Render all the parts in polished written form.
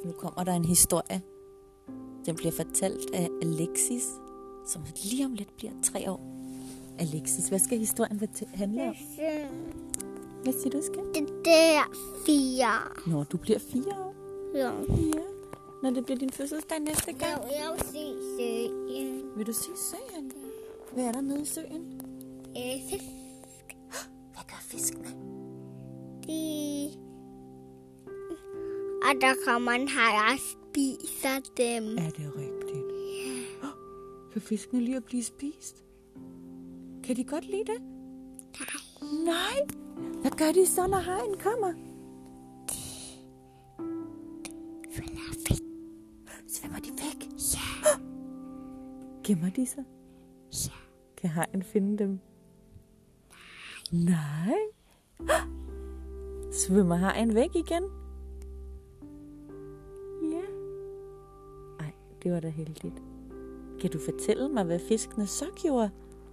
Nu kommer der en historie. Den bliver fortalt af Alexis, som lige om lidt bliver 3 år. Alexis, hvad skal historien handle om? Hvad siger du, skal? Det er 4. Når du bliver 4 år? Ja. Ja. Når det bliver din fødselsdag næste gang? Jeg vil se søen. Vil du se søen? Hvad er der nede i søen? Fisk. Hvad gør fiskene? Og der kommer en haj og spiser dem. Er det rigtigt? Ja. Kan fiskene lide at blive spist? Kan de godt lide det? Nej. Hvad gør de så, når hajen kommer? Svømmer de væk? Ja. Gemmer de sig? Ja. Kan hajen finde dem? Nej. Svømmer hajen væk igen? Ja. Ej, det var da heldigt. Kan du fortælle mig, hvad fiskene så gjorde?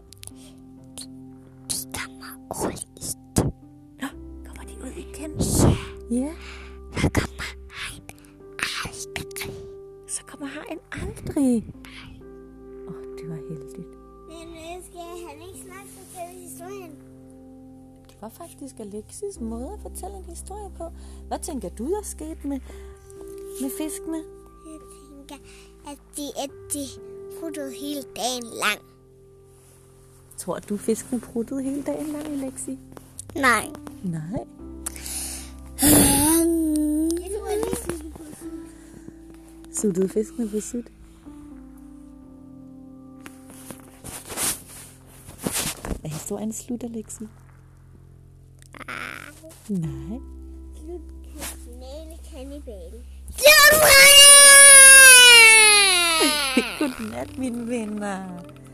De kommer ud i Nå, kommer de ud igen? Ja. Ja. Så kommer hajen aldrig. Så kommer hajen aldrig. Det var heldigt. Men skal han ikke snart fortælle historien? Det var faktisk Alexis måde at fortælle en historie på. Hvad tænker du, der skete med fiskene? Jeg tænker, at de pruttede hele dagen lang. Tror du, fiskene pruttede hele dagen lang, Alexi? Nej. Nej. Jeg tror, at de synes på Suttede fiskene på sut? Er historien slut, Alexi? Nej. slut finale kannibale. Godnat, mine venner.